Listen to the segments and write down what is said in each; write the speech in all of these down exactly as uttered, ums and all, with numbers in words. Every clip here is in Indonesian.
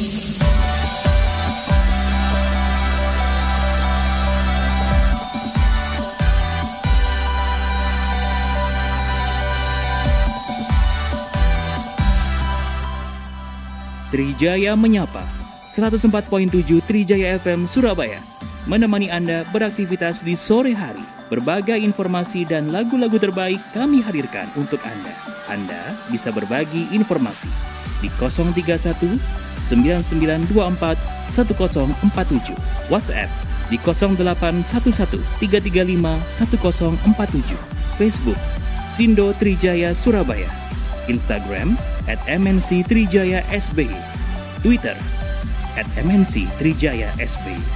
Trijaya Menyapa, seratus empat koma tujuh Trijaya F M Surabaya, menemani Anda beraktivitas di sore hari. Berbagai informasi dan lagu-lagu terbaik kami hadirkan untuk Anda. Anda bisa berbagi informasi di nol tiga satu sembilan sembilan dua empat satu nol empat tujuh, WhatsApp di nol delapan satu satu tiga tiga lima satu nol empat tujuh, Facebook Sindo Trijaya Surabaya, Instagram at M N C Trijaya S B I, Twitter at M N C Trijaya S B I.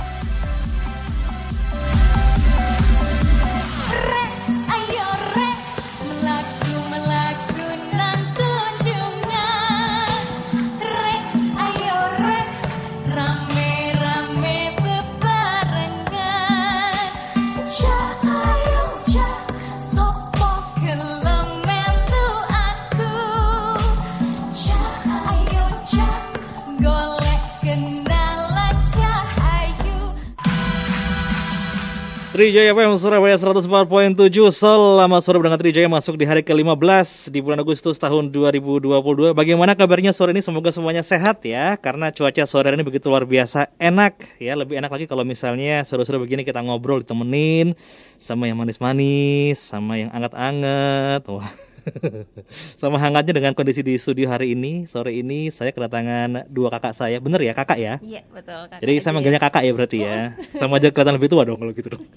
Trijaya F M Surabaya seratus empat koma tujuh. Selamat sore dengan Trijaya masuk di hari ke lima belas di bulan Agustus tahun dua ribu dua puluh dua. Bagaimana kabarnya sore ini? Semoga semuanya sehat ya. Karena cuaca sore ini begitu luar biasa enak ya. Lebih enak lagi kalau misalnya sore-sore begini kita ngobrol ditemenin sama yang manis-manis, sama yang anget-anget. Wah. Sama hangatnya dengan kondisi di studio hari ini. Sore ini saya kedatangan dua kakak saya. Bener ya kakak ya? Iya betul kakak. Jadi saya manggilnya kakak ya berarti ya. Sama aja kelihatan lebih tua dong kalau gitu dong.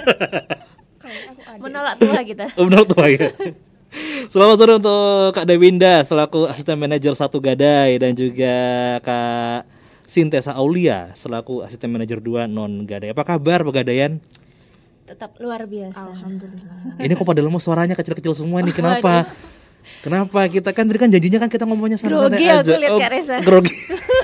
Menolak tua kita. Oh, menolak tua ya. Selamat sore untuk Kak Dewinda selaku asisten manajer satu Gadai, dan juga Kak Sintesa Aulia selaku asisten manajer dua non Gadai. Apa kabar Pegadaian? Tetap luar biasa. Alhamdulillah. Ini kok pada lemes suaranya kecil-kecil semua nih. Kenapa? Kenapa? Kita kan tadi kan janjinya kan kita ngomongnya santai-santai grogi aja. Grogi aku lihat oh, Kak Reza. Grogi.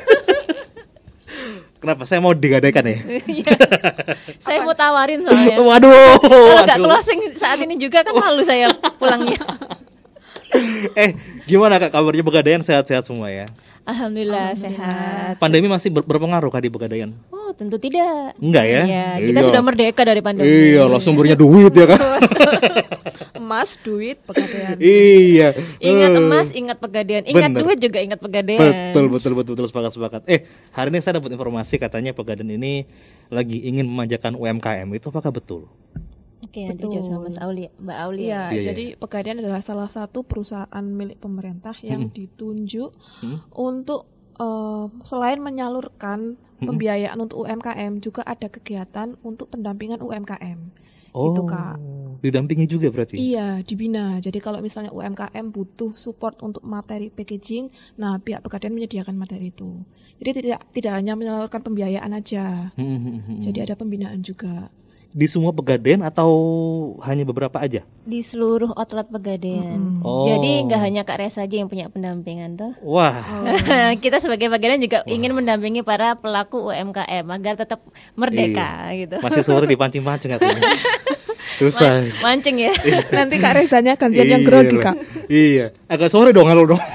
Kenapa? Saya mau digadaikan ya? Saya mau tawarin soalnya. Waduh. Kalau nggak closing saat ini juga kan malu saya pulangnya. Eh, gimana Kak kabarnya Pegadaian, sehat-sehat semua ya? Alhamdulillah, Alhamdulillah sehat. Pandemi masih ber- berpengaruh Kak di Pegadaian? Oh, tentu tidak. Enggak ya? Iya, kita iya. sudah merdeka dari pandemi. Iya, langsung sumbernya duit ya kan? Emas, duit, Pegadaian. Iya. Ingat emas, ingat Pegadaian. Ingat Bener. duit juga ingat Pegadaian. Betul, betul, betul, betul, sepakat, sepakat. Eh, hari ini saya dapat informasi katanya Pegadaian ini lagi ingin memanjakan U M K M. Itu apakah betul? Oke, nanti jawab sama Mas Aulia, Mbak Aulia. Iya, iya, jadi iya. Pegadaian adalah salah satu perusahaan milik pemerintah yang hmm. ditunjuk hmm. untuk uh, selain menyalurkan hmm. pembiayaan untuk U M K M, juga ada kegiatan untuk pendampingan U M K M. Oh, gitu Kak. Didampingi juga berarti? Iya, dibina. Jadi kalau misalnya U M K M butuh support untuk materi packaging, nah pihak Pegadaian menyediakan materi itu. Jadi tidak tidak hanya menyalurkan pembiayaan aja. Hmm. Jadi ada pembinaan juga. Di semua Pegadaian atau hanya beberapa aja? Di seluruh outlet Pegadaian. Mm-hmm. Oh. Jadi nggak hanya Kak Reza aja yang punya pendampingan tuh. Wah. Oh. Kita sebagai Pegadaian juga Wah. ingin mendampingi para pelaku U M K M agar tetap merdeka iya. gitu. Masih sore dipancing-pancing katanya. Susah. Man- mancing ya. Nanti Kak Rezanya gantian yang grogi Kak. Iya. Agak sore dong halo dong.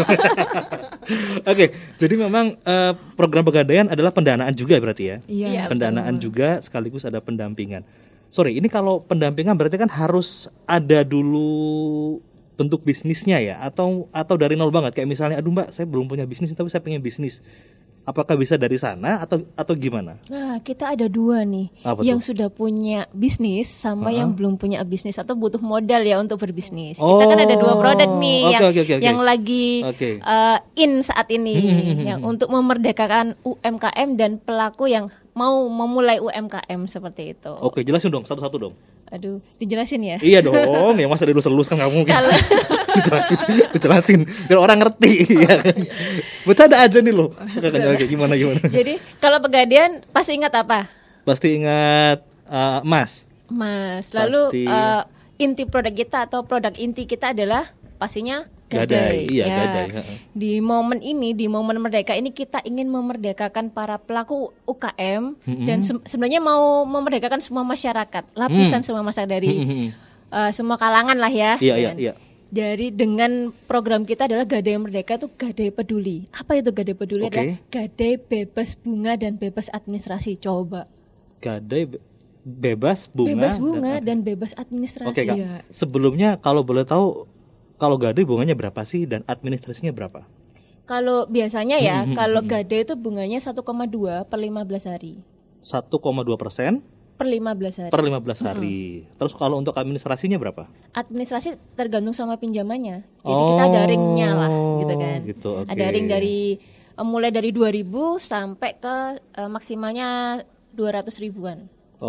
Oke, jadi memang uh, program Pegadaian adalah pendanaan juga berarti ya? Iya. Pendanaan betul. Juga sekaligus ada pendampingan. Sorry, ini kalau pendampingan berarti kan harus ada dulu bentuk bisnisnya ya? Atau atau dari nol banget? Kayak misalnya, aduh Mbak, saya belum punya bisnis tapi saya pengen bisnis. Apakah bisa dari sana atau atau gimana? Nah, kita ada dua nih, apa yang tuh? sudah punya bisnis sama uh-huh. yang belum punya bisnis atau butuh modal ya untuk berbisnis. Oh, kita kan ada dua produk nih okay, yang okay, okay, okay. yang lagi okay. uh, in saat ini, yang untuk memerdekakan U M K M dan pelaku yang mau memulai U M K M seperti itu. Oke, jelasin dong satu-satu dong. Aduh, dijelasin ya? Iya dong, yang masa dulu selus kan nggak mungkin. Kalau dijelasin, dijelasin, biar orang ngerti. Ya. Bercanda aja nih loh. Oke, gimana gimana? Jadi kalau Pegadaian pasti ingat apa? Pasti ingat uh, emas. Emas. Lalu uh, inti produk kita atau produk inti kita adalah pastinya Gadai. Gadai, iya ya. Gadai. Di momen ini, di momen merdeka ini kita ingin memerdekakan para pelaku U K M mm-hmm. dan se- sebenarnya mau memerdekakan semua masyarakat, lapisan mm. semua masyarakat dari mm-hmm. uh, semua kalangan lah ya. Iya, iya, iya. dari dengan program kita adalah Gadai Merdeka itu Gadai Peduli. Apa itu Gadai Peduli? Oke. Adalah Gadai bebas bunga dan bebas administrasi. Coba. Gadai be- bebas bunga. Bebas bunga dan bebas administrasi. Oke Kak, Iya. sebelumnya kalau boleh tahu, kalau gadai bunganya berapa sih dan administrasinya berapa? Kalau biasanya ya, Hmm, hmm, kalau hmm. Gadai itu bunganya satu koma dua per lima belas hari. satu koma dua persen Per lima belas hari. per lima belas hari. Terus kalau untuk administrasinya berapa? Administrasi tergantung sama pinjamannya. Jadi kita ada ringnya lah gitu kan. Gitu, oke. Ada ring dari eh, mulai dari dua ribu sampai ke eh, maksimalnya dua ratus ribuan.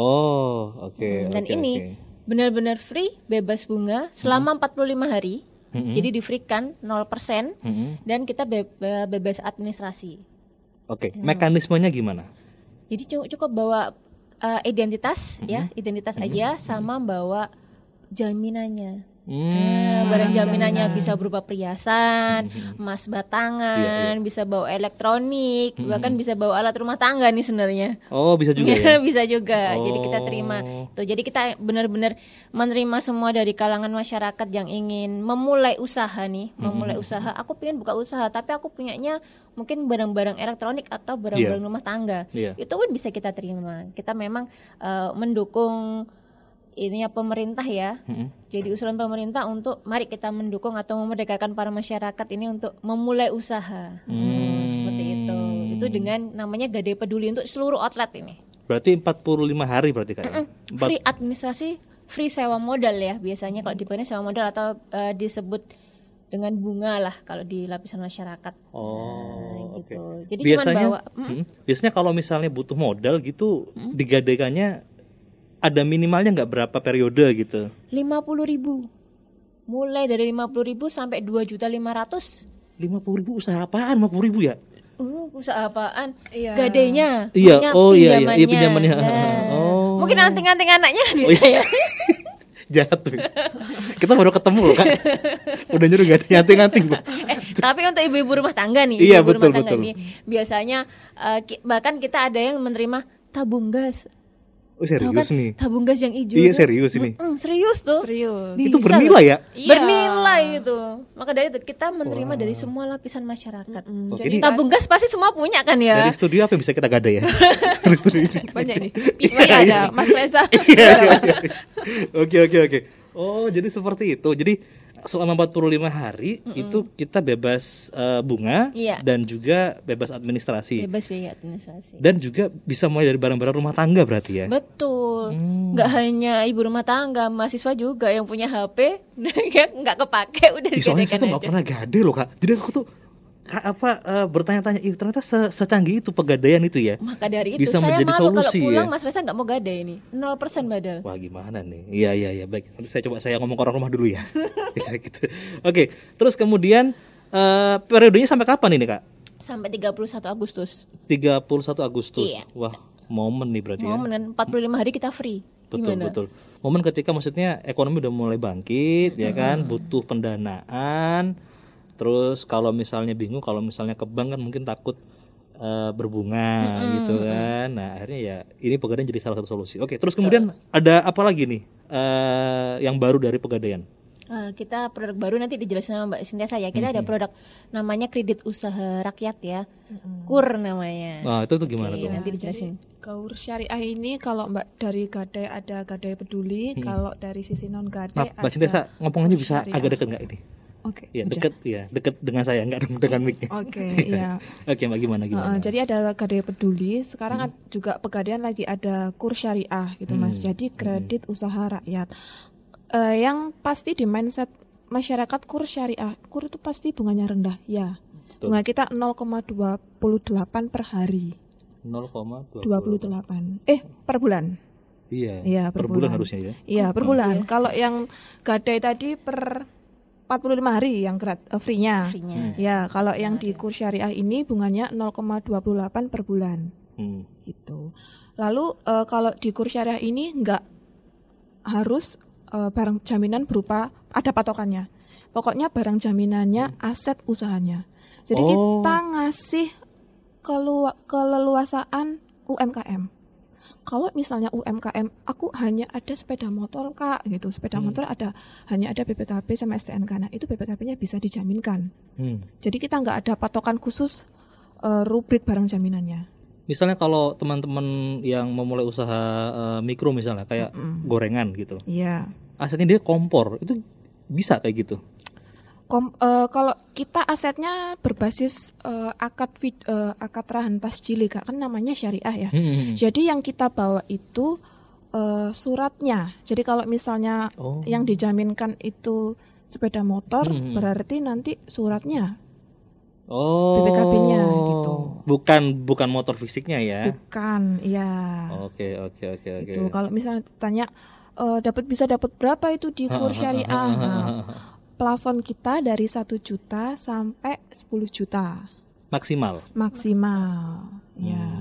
Oh, oke. Hmm, Dan oke, ini oke. benar-benar free, bebas bunga selama empat puluh lima hari. Mm-mm. Jadi di-free-kan nol persen Mm-mm. dan kita be- be- bebas administrasi. Oke, mekanismenya gimana? Jadi cu- cukup bawa uh, identitas ya, identitas aja sama bawa jaminannya. Hmm. Nah, barang jaminannya bisa berupa perhiasan, emas batangan, Iya, bisa bawa elektronik, bahkan bisa bawa alat rumah tangga nih sebenarnya. Oh, bisa juga ya. Bisa juga. Jadi kita Oh. terima. Tuh, jadi kita benar-benar menerima semua dari kalangan masyarakat yang ingin memulai usaha nih, memulai usaha. Aku pengen buka usaha, tapi aku punyanya mungkin barang-barang elektronik atau barang-barang Iya. rumah tangga. Iya. Itu pun bisa kita terima. Kita memang eh, mendukung ininya pemerintah ya. Mm-mm. Jadi usulan pemerintah untuk mari kita mendukung atau memerdekakan para masyarakat ini untuk memulai usaha. Hmm, seperti itu. Itu dengan namanya Gadai Peduli untuk seluruh outlet ini. Berarti empat puluh lima hari berarti Kak. ya? Empat- Free administrasi, free sewa modal ya. Biasanya kalau dipanggil sewa modal atau eh, disebut dengan bunga lah kalau di lapisan masyarakat. Oh, Nah, oke. gitu. Jadi biasanya, cuman bawa mm, hmm, biasanya kalau misalnya butuh modal gitu, digadaikannya ada minimalnya nggak berapa periode gitu? lima puluh ribu. Mulai dari lima puluh ribu sampai dua juta lima ratus. lima puluh ribu usaha apaan? lima puluh ribu ya? Uh, usaha apaan? Iya. Gadainya. Iya, maksudnya oh iya, iya, iya, pinjamannya. pinjamannya. Nah, Oh. Mungkin anting-anting anaknya bisa ya. Jahat tuh. Kita baru ketemu loh Kak. Udah nyuruh gak ada nyanting-nyanting. eh, tapi untuk ibu-ibu rumah tangga nih, Iya, ibu-ibu betul, rumah tangga betul. ini biasanya eh, ki- bahkan kita ada yang menerima tabung gas. Oh Tahu kan serius nih? tabung gas yang hijau Iya tuh? serius ini. Mm, serius tuh. Serius. Bisa Itu bernilai loh. ya? Iya. Bernilai itu. Maka dari itu kita menerima dari semua lapisan masyarakat. Mm, Oke, jadi ini- Tabung gas pasti semua punya kan ya? Dari studio apa yang bisa kita gadai ya? Dari studio ini. banyak nih. P V ada Mas Reza. Iya, iya, iya. Oke oke oke. Oh jadi seperti itu. Jadi selama empat puluh lima hari itu kita bebas eh, bunga Iya. dan juga bebas administrasi. Bebas biaya administrasi. Dan juga bisa mulai dari barang-barang rumah tangga berarti ya. Betul. Hmm. Nggak hanya ibu rumah tangga, mahasiswa juga yang punya H P ya nggak kepake udah Ih, soalnya saya digadekan tuh nggak aja. pernah gade loh Kak. Jadi aku tuh ka- apa eh, bertanya-tanya, ih ternyata se- secanggih itu pegadaian itu ya. Maka dari itu Bisa saya menjadi malu kalau solusi pulang ya. Mas Reza nggak mau gadai ini nol persen badal. Wah gimana nih? Iya iya iya baik. Nanti saya coba saya ngomong ke orang rumah dulu ya. Bisa gitu. Oke. Terus kemudian eh, periodenya sampai kapan ini Kak? Sampai tiga puluh satu Agustus. tiga puluh satu Agustus. Iya. Wah momen nih berarti Momen ya. dan empat puluh lima hari kita free. Betul Gimana? betul. Momen ketika maksudnya ekonomi udah mulai bangkit ya kan, butuh pendanaan. Terus kalau misalnya bingung, kalau misalnya ke bank kan mungkin takut eh, berbunga gitu kan. Nah akhirnya ya ini pegadaian jadi salah satu solusi. Oke terus kemudian ada apa lagi nih eh, yang baru dari pegadaian? Eh, kita produk baru nanti dijelasin sama Mbak Sintia saya. Kita ada produk namanya kredit usaha rakyat ya, KUR namanya. Nah itu tuh gimana Oke, tuh? nanti dijelasin. Kaur syariah ini kalau Mbak dari Gadai ada Gadai Peduli, kalau dari sisi non Gadai Maaf, Mbak Sintia ngomong aja bisa syariah. agak deket nggak ini? Oke. Ya udah. deket ya deket dengan saya nggak dong dengan mic-nya. Oke, iya. Oke Mbak gimana gimana? Uh, jadi ada Gadai Peduli, sekarang ad- juga Pegadaian lagi ada KUR syariah gitu Mas. Jadi kredit usaha rakyat. Uh, yang pasti di mindset masyarakat KUR syariah, KUR itu pasti bunganya rendah, ya. Betul. Bunga kita nol koma dua delapan per hari. nol koma dua puluh delapan. Eh, per bulan. Iya. Iya, per, per bulan bulan. harusnya ya. Iya, per bulan. Kalau yang Gadai tadi per empat puluh lima hari yang grat, uh, free-nya. Free-nya. Ya, kalau yang di KUR syariah ini bunganya nol koma dua delapan per bulan. Hmm. Gitu. Lalu eh, kalau di KUR syariah ini nggak harus eh, barang jaminan berupa ada patokannya. Pokoknya barang jaminannya aset usahanya. Jadi Oh. kita ngasih kelua- keleluasaan U M K M. Kalau misalnya U M K M, aku hanya ada sepeda motor Kak gitu, sepeda hmm. motor ada hanya ada B P K B sama S T N K. Nah itu B P K B-nya bisa dijaminkan. Hmm. Jadi kita nggak ada patokan khusus uh, rubrik barang jaminannya. Misalnya kalau teman-teman yang memulai usaha uh, mikro misalnya kayak mm-mm. gorengan gitu, iya. Asetnya dia kompor, itu bisa kayak gitu? Kom, uh, kalau kita asetnya berbasis uh, akad uh, akad rahantas jili Kak, kan namanya syariah ya. Hmm. Jadi yang kita bawa itu uh, suratnya. Jadi kalau misalnya oh. yang dijaminkan itu sepeda motor, hmm. berarti nanti suratnya. Oh. B P K B-nya gitu. Bukan bukan motor fisiknya ya? Bukan, iya. Oke oke oke oke. Itu kalau misalnya tanya uh, dapat bisa dapat berapa itu di kur syariah? Nah, plafon kita dari satu juta sampai sepuluh juta. Maksimal. Maksimal. Hmm. Ya.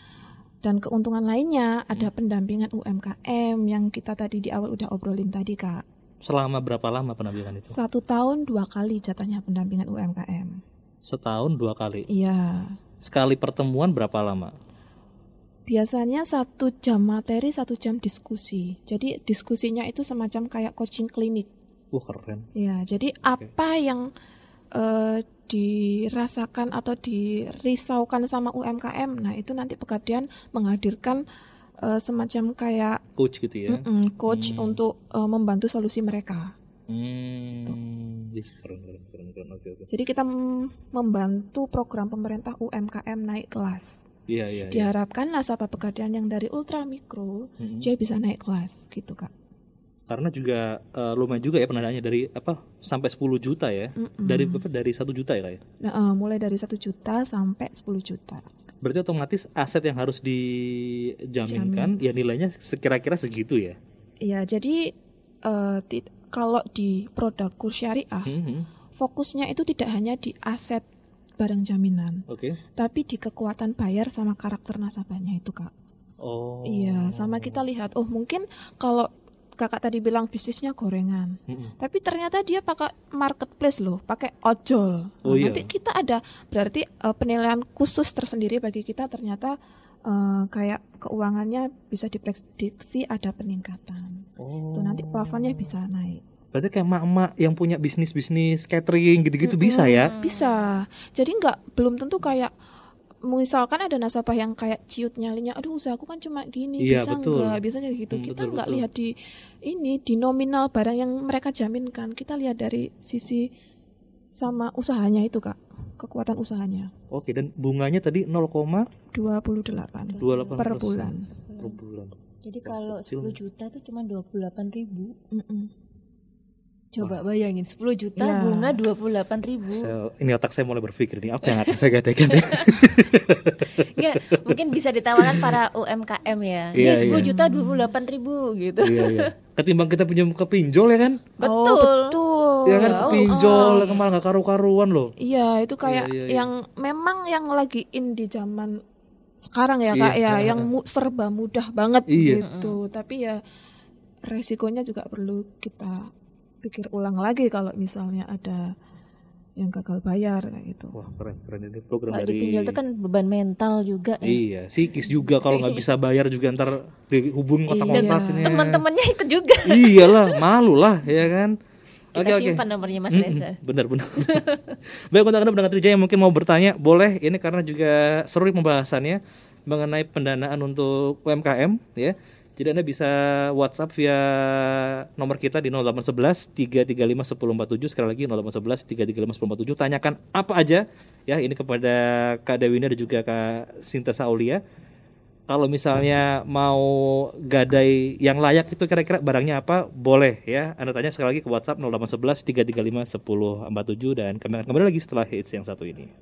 Dan keuntungan lainnya ada hmm. pendampingan U M K M yang kita tadi di awal udah obrolin tadi Kak. Selama berapa lama pendampingan itu? Satu tahun dua kali jatahnya pendampingan U M K M. Setahun dua kali? Iya. Sekali pertemuan berapa lama? Biasanya satu jam materi, satu jam diskusi. Jadi diskusinya itu semacam kayak coaching klinik. Wah keren. Ya, jadi okay. apa yang uh, dirasakan atau dirisaukan sama U M K M, nah itu nanti Pegadaian menghadirkan uh, semacam kayak coach gitu ya? Coach hmm. untuk uh, membantu solusi mereka. Hmm. Keren, keren, keren, keren. Okay, okay. Jadi kita membantu program pemerintah U M K M naik kelas. Iya, iya. Diharapkan iya. nasabah Pegadaian yang dari ultra mikro, hmm. dia bisa naik kelas, gitu Kak. Karena juga uh, lumayan juga ya pendananya dari apa sampai sepuluh juta ya. Mm-mm. Dari apa dari satu juta ya Kak ya? Nah, uh, mulai dari satu juta sampai sepuluh juta. Berarti otomatis aset yang harus dijaminkan Jamin. ya nilainya sekira-kira segitu ya. Iya, jadi uh, t- kalau di produk kur syariah, mm-hmm. fokusnya itu tidak hanya di aset barang jaminan. Oke. Okay. Tapi di kekuatan bayar sama karakter nasabahnya itu Kak. Oh. Iya, sama kita lihat oh mungkin kalau Kakak tadi bilang bisnisnya gorengan, mm-hmm. tapi ternyata dia pakai marketplace loh, pakai ojol. Nah, oh, iya. Nanti kita ada berarti uh, penilaian khusus tersendiri bagi kita ternyata uh, kayak keuangannya bisa diprediksi ada peningkatan. Oh. Itu nanti plafonnya bisa naik. Berarti kayak mak-mak yang punya bisnis-bisnis catering gitu-gitu mm-hmm. bisa ya? Bisa. Jadi nggak belum tentu kayak misalkan ada nasabah yang kayak ciut nyalinya, aduh usahaku kan cuma gini, iya, bisa betul. Enggak, bisa kayak gitu. Hmm, kita betul, nggak betul. lihat di ini di nominal barang yang mereka jaminkan, kita lihat dari sisi sama usahanya itu Kak, kekuatan usahanya. Oke, dan bunganya tadi nol koma dua delapan per bulan. Per bulan. Jadi kalau sepuluh juta itu cuma dua puluh delapan ribu. Mm-mm. Coba bayangin sepuluh juta ya. Bunga dua puluh delapan ribu. So, ini otak saya mulai berpikir nih apa yang akan saya gadaikan ya. Ya, mungkin bisa ditawarkan para U M K M ya. Ini sepuluh juta dua puluh delapan ribu gitu. Iya, iya. Ketimbang kita punya muka pinjol ya kan? Betul. Oh, betul. Ya kan pinjol oh, oh. Malah enggak karu-karuan loh. Iya, itu kayak iya, iya, iya. yang memang yang lagi in di zaman sekarang ya Kak iya, ya, yang mu- serba mudah banget iya. gitu. Mm-hmm. Tapi ya resikonya juga perlu kita pikir ulang lagi kalau misalnya ada yang gagal bayar kayak gitu. Wah keren keren ini program kalo dari. Dipinjol itu kan beban mental juga. Ya. Iya, psikis juga kalau nggak bisa bayar juga ntar dihubung kotak-kotak ini. Teman-temannya ikut juga. Iyalah, malu lah ya kan. Kita okay, simpan okay. nomornya Mas Reza. Mm-hmm, benar benar. Baik untuk Anda pendengar Trijaya yang mungkin mau bertanya, boleh ini karena juga seru pembahasannya mengenai pendanaan untuk U M K M ya. Jadi Anda bisa WhatsApp via nomor kita di nol delapan satu satu tiga tiga lima satu nol empat tujuh. Sekali lagi nol delapan satu satu tiga tiga lima satu nol empat tujuh. Tanyakan apa aja ya ini kepada Kak Dewina dan juga Kak Sinta Saulia. Kalau misalnya mau gadai yang layak itu kira-kira barangnya apa, boleh ya. Anda tanya sekali lagi ke WhatsApp nol delapan satu satu tiga tiga lima satu nol empat tujuh dan kami akan kembali lagi setelah hits yang satu ini.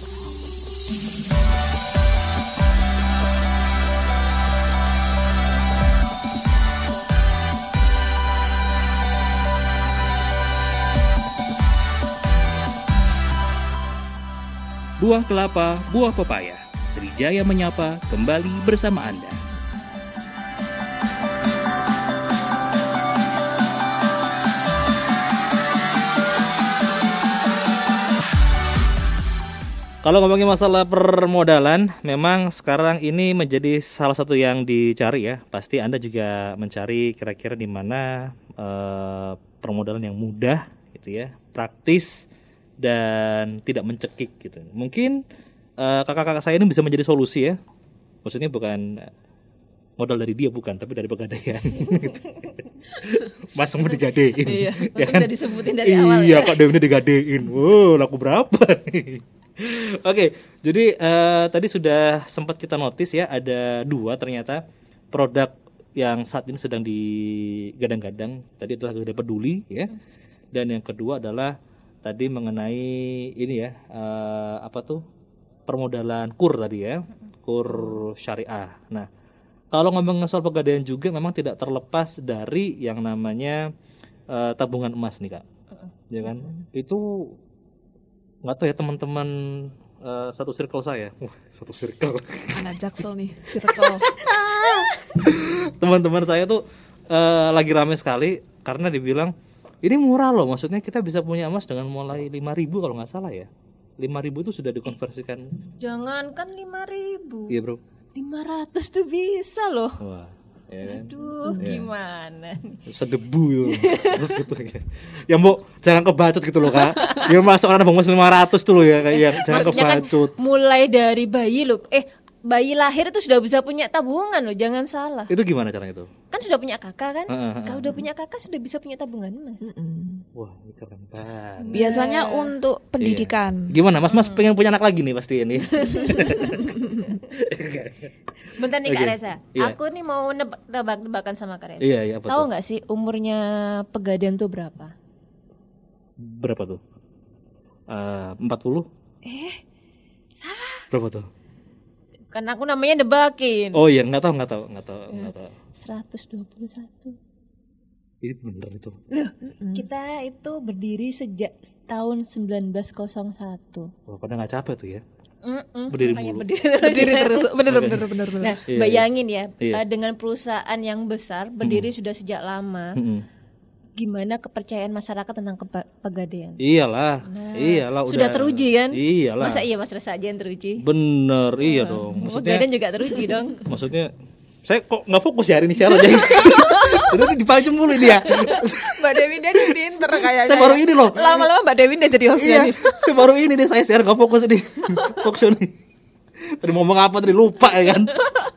Buah kelapa, buah pepaya. Trijaya menyapa kembali bersama Anda. Kalau ngomongin masalah permodalan, memang sekarang ini menjadi salah satu yang dicari ya. Pasti Anda juga mencari kira-kira di mana uh, permodalan yang mudah gitu ya, praktis dan tidak mencekik gitu. Mungkin uh, kakak-kakak saya ini bisa menjadi solusi ya. Maksudnya bukan modal dari dia, bukan, tapi dari Pegadaian. Mas mau digadein. Iya, ya kan? udah disebutin dari awal iya, ya. Kak Dewi ini digadein. Wow, laku berapa nih? Oke, jadi uh, tadi sudah sempat kita notice ya, ada dua ternyata produk yang saat ini sedang digadang-gadang. Tadi adalah Garuda Peduli ya, dan yang kedua adalah tadi mengenai ini ya, uh, apa tuh permodalan kur tadi ya, kur syariah. Nah, kalau ngomongin soal Pegadaian juga memang tidak terlepas dari yang namanya uh, tabungan emas nih Kak, ya kan? Itu nggak tahu ya teman-teman uh, satu circle saya, wah satu circle, Anak Jaksel nih, circle. teman-teman saya tuh uh, lagi rame sekali karena dibilang ini murah loh, maksudnya kita bisa punya emas dengan mulai lima ribu kalau nggak salah ya, lima ribu itu sudah dikonversikan. Jangan kan lima ribu. Iya bro. lima ratus tuh bisa loh. Wah. Ya kan? Aduh, ya. Gimana nih? Sedebu gitu. Terus gitu ya. Ya Mbok, jangan kebacot gitu loh Kak. Ya masuk orang bungkus lima ratus tuh loh ya kayak yang jangan Maksudnya kebacot. Kan mulai dari bayi loh. Eh, bayi lahir itu sudah bisa punya tabungan loh, jangan salah. Itu gimana caranya itu? Kan sudah punya kakak kan? Uh, uh, uh, Kalau udah punya kakak sudah bisa punya tabungan Mas. Wah, ini keren banget. Biasanya untuk pendidikan. Gimana Mas? Mas pengen punya anak lagi nih pasti ini. Bentar nih Oke. Kak Reza, Iya. aku nih mau nebak- nebak-nebakan sama Kak Reza. Iya, iya, apa Tahu tuh? nggak sih umurnya Pegadaian tuh berapa? Berapa tuh? Uh, empat puluh? Eh, salah. Berapa tuh? Kan aku namanya nebakin. Oh iya, nggak tahu, nggak tahu, nggak tahu, nggak tahu. seratus dua puluh satu. Ini bener itu. Loh, kita itu berdiri sejak tahun sembilan belas nol satu. Wah, pada nggak capek tuh ya. Mm-mm, Berdiri makanya mulu. berdiri terus. Berdiri ya. terus, bener bener bener bener. Nah, Iya, bayangin ya, Iya. eh, dengan perusahaan yang besar, berdiri sudah sejak lama, Mm-mm. gimana kepercayaan masyarakat tentang kepa- Pegadaian? Iyalah, Nah, iyalah udah. sudah teruji kan? Iyalah. Masa iya Mas Reza aja yang teruji? Bener, iya dong. Maksudnya, Pegadaian juga teruji dong. maksudnya saya kok nggak fokus ya hari ini siaran jadi. Udah dipajem mulu ini ya. Mbak Dewi dia nih pinter kayaknya. Saya baru ini loh. Lama-lama Mbak Dewi udah jadi hostnya Iya, nih. saya baru ini deh saya siaran nggak fokus nih. Talk show nih. Tadi mau ngomong apa tadi lupa ya kan.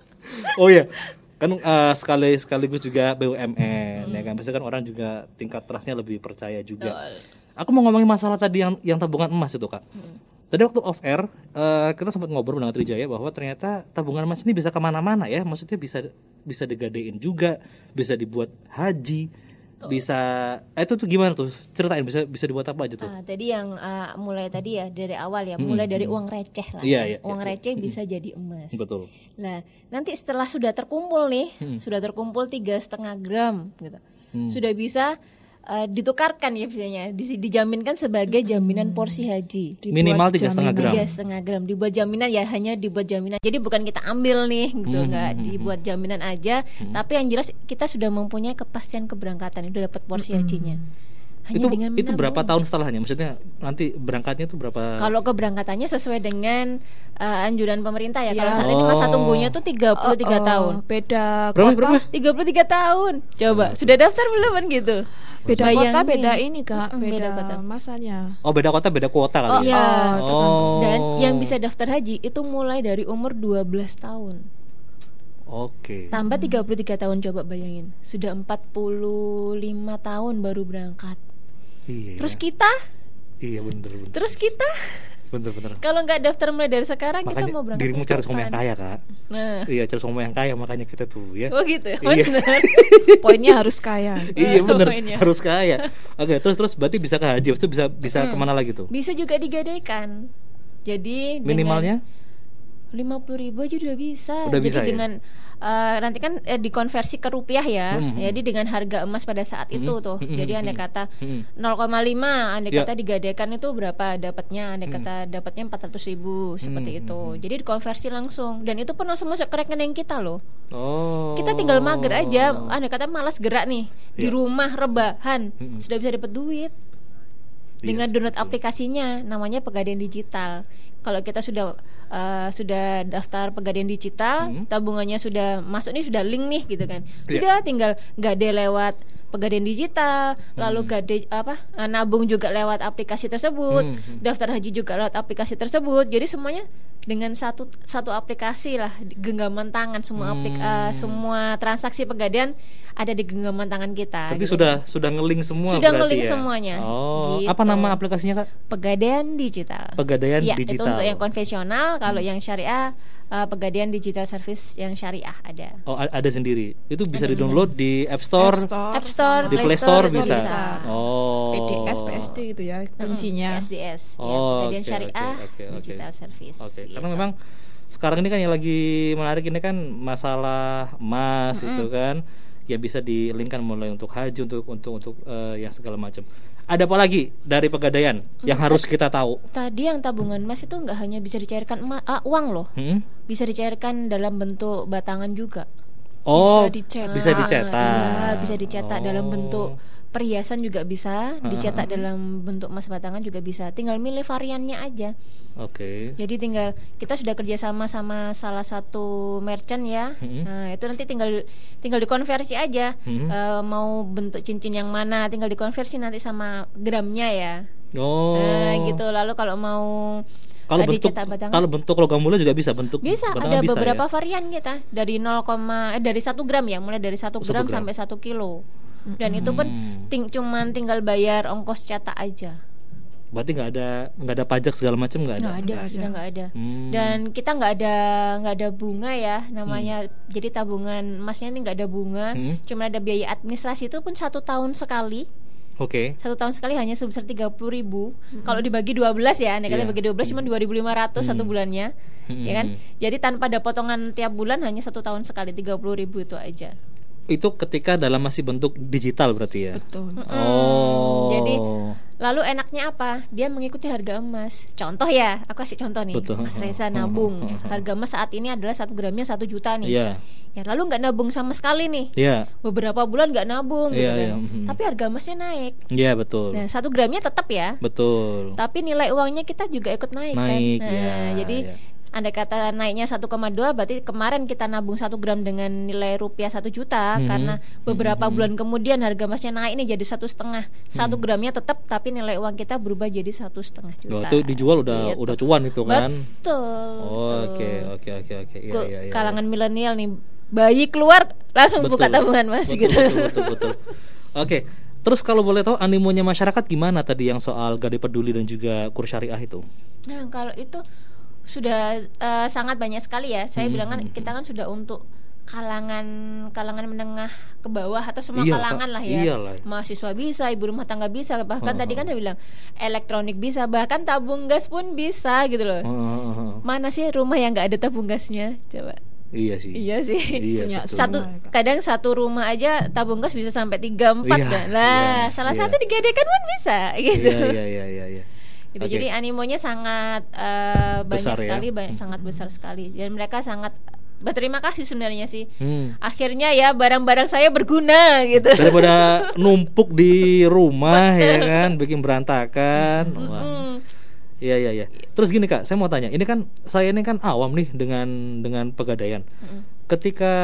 Oh iya, kan uh, sekali sekaligus juga B U M N ya kan. Biasanya kan orang juga tingkat trustnya lebih percaya juga. Aku mau ngomongin masalah tadi yang yang tabungan emas itu Kak. Tadi waktu off air uh, kita sempat ngobrol dengan Trijaya bahwa ternyata tabungan emas ini bisa kemana-mana ya. Maksudnya bisa bisa digadein juga, bisa dibuat haji, bisa eh, itu tuh gimana tuh? Ceritain bisa bisa dibuat apa aja tuh? Ah, tadi yang ah, mulai tadi ya dari awal ya, mulai dari uang receh lah. Iya, ya. iya, uang iya. receh bisa jadi emas. Betul. Nah, nanti setelah sudah terkumpul nih, sudah terkumpul tiga setengah gram, gitu, sudah bisa uh, ditukarkan ya biasanya, di- dijaminkan sebagai jaminan porsi haji. Dibuat Minimal tiga setengah jaminan. gram. Tiga setengah gram dibuat jaminan ya, hanya dibuat jaminan. Jadi bukan kita ambil nih, gitu, nggak dibuat jaminan aja. Tapi yang jelas kita sudah mempunyai kepastian keberangkatan, itu dapat porsi hajinya. Hanya Itu dengan itu berapa menabung. tahun setelahnya? Maksudnya nanti berangkatnya itu berapa? Kalau keberangkatannya sesuai dengan uh, anjuran pemerintah ya. Ya. Kalau saat ini masa Oh. tunggunya tuh tiga puluh tiga Oh, oh, tahun. Beda Berapa kota, berapa? tiga puluh tiga tahun. Coba, sudah daftar belum kan gitu? beda kota, Bayangin. beda ini Kak, Mm-mm, beda, beda kota. masanya. Oh beda kota beda kuota kali Oh ya? iya. Oh. Dan yang bisa daftar haji itu mulai dari umur dua belas tahun. Oke. Tambah tiga puluh tiga tahun, coba bayangin. Sudah empat puluh lima tahun baru berangkat. Iya. Terus kita, Iya bener bener terus kita bener bener. kalau nggak daftar mulai dari sekarang kita Makanya mau berangkat. dirimu cari suami yang kaya Kak. Nah. Iya cari suami yang kaya makanya kita tuh ya. Oh gitu ya. Iya. Benar. Poinnya harus kaya. Iya bener Poinnya. harus kaya. Oke terus terus berarti bisa ke haji, terus bisa bisa kemana lagi tuh? Bisa juga digadaikan. Jadi Minimalnya? lima puluh ribu aja udah bisa. Udah Jadi bisa ya? dengan eh, nanti kan eh, dikonversi ke rupiah ya. Hmm. Jadi dengan harga emas pada saat itu tuh. Hmm. Jadi Hmm. andai kata Hmm. nol koma lima, andai Ya. kata digadaikan itu berapa dapatnya? Andai kata dapatnya empat ratus ribu seperti Hmm. itu. Jadi dikonversi langsung dan itu pun langsung masuk ke rekening kita loh. Oh. Kita tinggal mager aja. Andai kata malas gerak nih di Ya. rumah rebahan, Hmm. sudah bisa dapat duit. Dengan Iya, download aplikasinya namanya Pegadaian Digital. kalau kita sudah uh, sudah daftar Pegadaian Digital, hmm. tabungannya sudah masuk nih, sudah link nih gitu kan. Sudah yeah. tinggal gade lewat Pegadaian Digital, hmm. lalu gade apa nabung juga lewat aplikasi tersebut, hmm. daftar haji juga lewat aplikasi tersebut. Jadi semuanya dengan satu satu aplikasi lah, genggaman tangan, semua hmm. aplik uh, semua transaksi Pegadaian ada di genggaman tangan kita. Tapi gitu. sudah sudah ngeling semua. Sudah berarti ngeling ya? semuanya. Oh, gitu. Apa nama aplikasinya, Kak? Pegadaian Digital. Pegadaian ya, Digital. Itu untuk yang konvensional. Kalau hmm. yang syariah, uh, Pegadaian Digital Service yang syariah ada. Oh, ada sendiri. Itu bisa ada di-download di App Store, App Store, App Store di Play Store, Store bisa. bisa. Oh. P D S, P S D gitu ya kuncinya. Hmm, P S D S. Oh, ya, Pegadaian okay, Syariah okay, okay, Digital okay. Service. Oke. Okay. Gitu. Karena memang sekarang ini kan yang lagi menarik ini kan masalah emas mm-hmm. itu kan, ya bisa dilingkan mulai untuk haji, untuk untuk untuk uh, yang segala macam. Ada apa lagi dari Pegadaian hmm, yang harus kita tahu? Tadi yang tabungan emas itu nggak hanya bisa dicairkan emas, ah, uang loh, hmm? bisa dicairkan dalam bentuk batangan juga. Oh, bisa dicetak. Bisa dicetak. Iya, bisa dicetak oh. dalam bentuk perhiasan juga bisa, dicetak uh-huh. dalam bentuk emas batangan juga bisa. Tinggal milih variannya aja. Oke. Okay. Jadi tinggal kita sudah kerjasama sama salah satu merchant ya. Mm-hmm. Nah itu nanti tinggal tinggal dikonversi aja. Mm-hmm. Uh, mau bentuk cincin yang mana, tinggal dikonversi nanti sama gramnya ya. Oh. Nah gitu. Lalu kalau mau kalau bentuk kalau bentuk logam mulia juga bisa bentuk. Bisa. Ada bisa, beberapa ya? Varian kita dari nol, eh dari satu gram ya, mulai dari satu gram, gram sampai satu kilo. Dan hmm. itu pun ting- cuman tinggal bayar ongkos cetak aja. Berarti nggak ada nggak ada pajak segala macam nggak ada? Nggak ada, sudah nggak ada. Hmm. Dan kita nggak ada nggak ada bunga ya namanya. Hmm. Jadi tabungan emasnya ini nggak ada bunga, hmm. cuma ada biaya administrasi itu pun satu tahun sekali. Oke. Okay. Satu tahun sekali hanya sebesar tiga puluh ribu. Hmm. Kalau dibagi dua belas ya, nih yeah. bagi dua belas cuma dua ribu lima ratus hmm. satu bulannya, hmm. ya kan? Jadi tanpa ada potongan tiap bulan hanya satu tahun sekali tiga puluh ribu itu aja. Itu ketika dalam masih bentuk digital berarti ya. Betul. Mm-hmm. Oh. Jadi lalu enaknya apa? Dia mengikuti harga emas. Contoh ya, aku kasih contoh nih. Betul. Mas Reza nabung. Harga emas saat ini adalah satu gramnya satu juta nih. Iya. Ya lalu nggak nabung sama sekali nih. Iya. Beberapa bulan nggak nabung gitu yeah, kan. yeah. Mm-hmm. Tapi harga emasnya naik. Iya yeah, betul. Nah satu gramnya tetap ya. Betul. Tapi nilai uangnya kita juga ikut naik, naik kan. Nah ya, jadi. Ya. Andai kata naiknya satu koma dua, berarti kemarin kita nabung satu gram dengan nilai rupiah satu juta, hmm. karena beberapa hmm. bulan kemudian harga emasnya naik ini jadi satu setengah. Satu hmm. gramnya tetap, tapi nilai uang kita berubah jadi satu setengah juta. Itu dijual udah gitu. udah cuan itu kan? Betul. Oke oke oke oke. Kalangan milenial nih, bayi keluar langsung betul. Buka tabungan emas gitu. Betul betul betul. betul. Oke. Terus kalau boleh tahu animonya masyarakat gimana tadi yang soal Gade Peduli dan juga kurs syariah itu? Nah kalau itu sudah uh, sangat banyak sekali ya. Saya hmm, bilang kan hmm, kita kan sudah untuk kalangan kalangan menengah ke bawah atau semua iya, kalangan lah ya. Iyalah. Mahasiswa bisa, ibu rumah tangga bisa, bahkan uh, tadi kan saya bilang elektronik bisa, bahkan tabung gas pun bisa gitu loh. Uh, uh, uh. Mana sih rumah yang nggak ada tabung gasnya? Coba. Iya sih. Iya sih. Iya, satu kadang satu rumah aja tabung gas bisa sampai tiga empat iya, kan. Lah, iya, salah iya. satu digadekan pun bisa gitu. Iya iya iya iya. Gitu. Okay. Jadi animonya sangat uh, banyak besar, sekali, ya? banyak, sangat besar sekali, dan mereka sangat berterima kasih sebenarnya sih. Hmm. Akhirnya ya barang-barang saya berguna gitu. Daripada numpuk di rumah ya kan, bikin berantakan. Mm-hmm. Iya iya iya. Terus gini Kak, saya mau tanya, ini kan saya ini kan awam nih dengan dengan Pegadaian. Mm-hmm. Ketika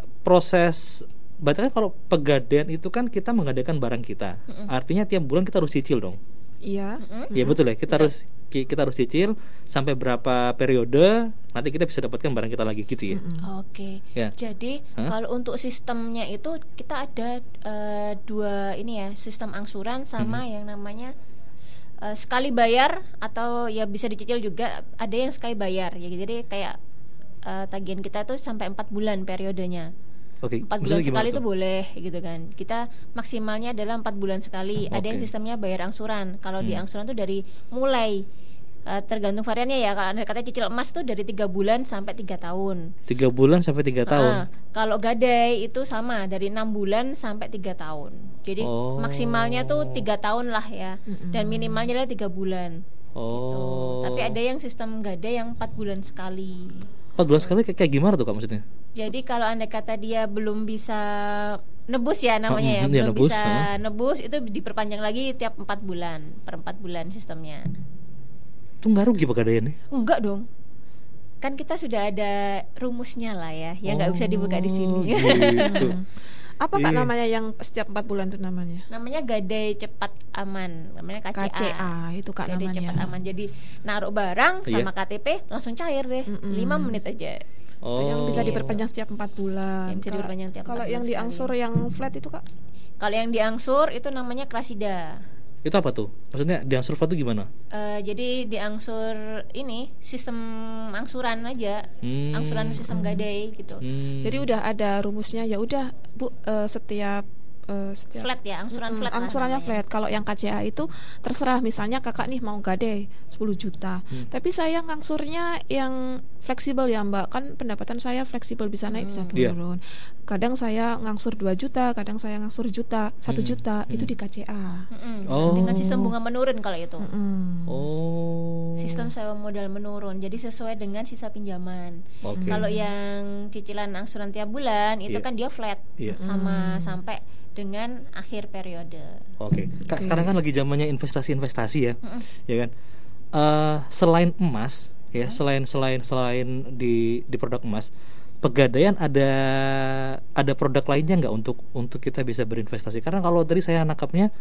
proses, berarti kan kalau Pegadaian itu kan kita menggadaikan barang kita, mm-hmm. artinya tiap bulan kita harus cicil dong. Iya. Mm-hmm. Iya betul ya. Kita betul. harus kita harus cicil sampai berapa periode nanti kita bisa dapatkan barang kita lagi gitu ya. Mm-hmm. Oke. Okay. Ya. Jadi huh? kalau untuk sistemnya itu kita ada uh, dua ini ya, sistem angsuran sama mm-hmm. yang namanya uh, sekali bayar atau ya bisa dicicil juga. Ada yang sekali bayar ya. Jadi kayak uh, tagihan kita tuh sampai empat bulan periodenya. Okay. Empat bulan sekali itu boleh gitu kan. Kita maksimalnya adalah empat bulan sekali. Okay. Ada yang sistemnya bayar angsuran. Kalau hmm. di angsuran tuh dari mulai uh, tergantung variannya ya. Kalau anda kata cicil emas tuh dari tiga bulan sampai tiga tahun. Tiga bulan sampai tiga tahun. Uh, kalau gadai itu sama dari enam bulan sampai tiga tahun. Jadi oh. maksimalnya tuh tiga tahun lah ya. Mm-hmm. Dan minimalnya adalah tiga bulan. Oh. Gitu. Tapi ada yang sistem gadai yang empat bulan sekali. Empat bulan sekali kayak, kayak gimana tuh Kak maksudnya? Jadi kalau anda kata dia belum bisa nebus ya namanya ya, hmm, belum ya, nebus, bisa huh? nebus itu diperpanjang lagi tiap empat bulan, per empat bulan sistemnya. Itu nggak rugi Pegadaian nih? Enggak dong. Kan kita sudah ada rumusnya lah ya, yang nggak Oh, bisa dibuka di sini. gitu. Apa Kak Iya. namanya yang setiap empat bulan itu namanya? Namanya Gadai Cepat Aman, namanya K C A. K C A itu Kak Gadai namanya. Cepat Aman. Jadi naruh barang Iya. sama K T P langsung cair deh, Mm-mm. lima menit aja. Oh. Itu yang bisa diperpanjang setiap empat bulan. Yang bisa Kalau- diperpanjang tiap Kalau empat yang bulan diangsur sekali. yang flat itu Kak? Kalau yang diangsur itu namanya Krasida. Itu apa tuh? Maksudnya diangsur flat itu gimana? Eh, jadi diangsur ini sistem angsuran aja, Hmm. angsuran sistem gadai gitu. Hmm. Jadi udah ada rumusnya, ya udah Bu, eh, setiap eh, setiap Flat ya, angsuran Mm-mm, flat. lah angsurannya namanya. flat. Kalau yang K C A itu terserah, misalnya kakak nih mau gadai sepuluh juta. Hmm. Tapi saya ngangsurnya yang fleksibel ya Mbak. Kan pendapatan saya fleksibel, bisa naik bisa Iya. turun. Kadang saya ngangsur dua juta, kadang saya ngangsur juta, satu Hmm. juta, itu Hmm. di K C A. Mm-mm. Oh. Dengan sistem bunga menurun kalau itu. Mm-mm. Oh. Sistem sewa modal menurun. Jadi sesuai dengan sisa pinjaman. Oke. Kalau yang cicilan angsuran tiap bulan itu Iya. kan dia flat Iya. sama sampai dengan akhir periode. Oke, Kak, Oke. sekarang kan lagi zamannya investasi-investasi ya, Mm-mm. ya kan. Eh, selain emas, ya, selain selain selain di di produk emas, Pegadaian ada ada produk lainnya nggak untuk untuk kita bisa berinvestasi? Karena kalau tadi saya nangkapnya,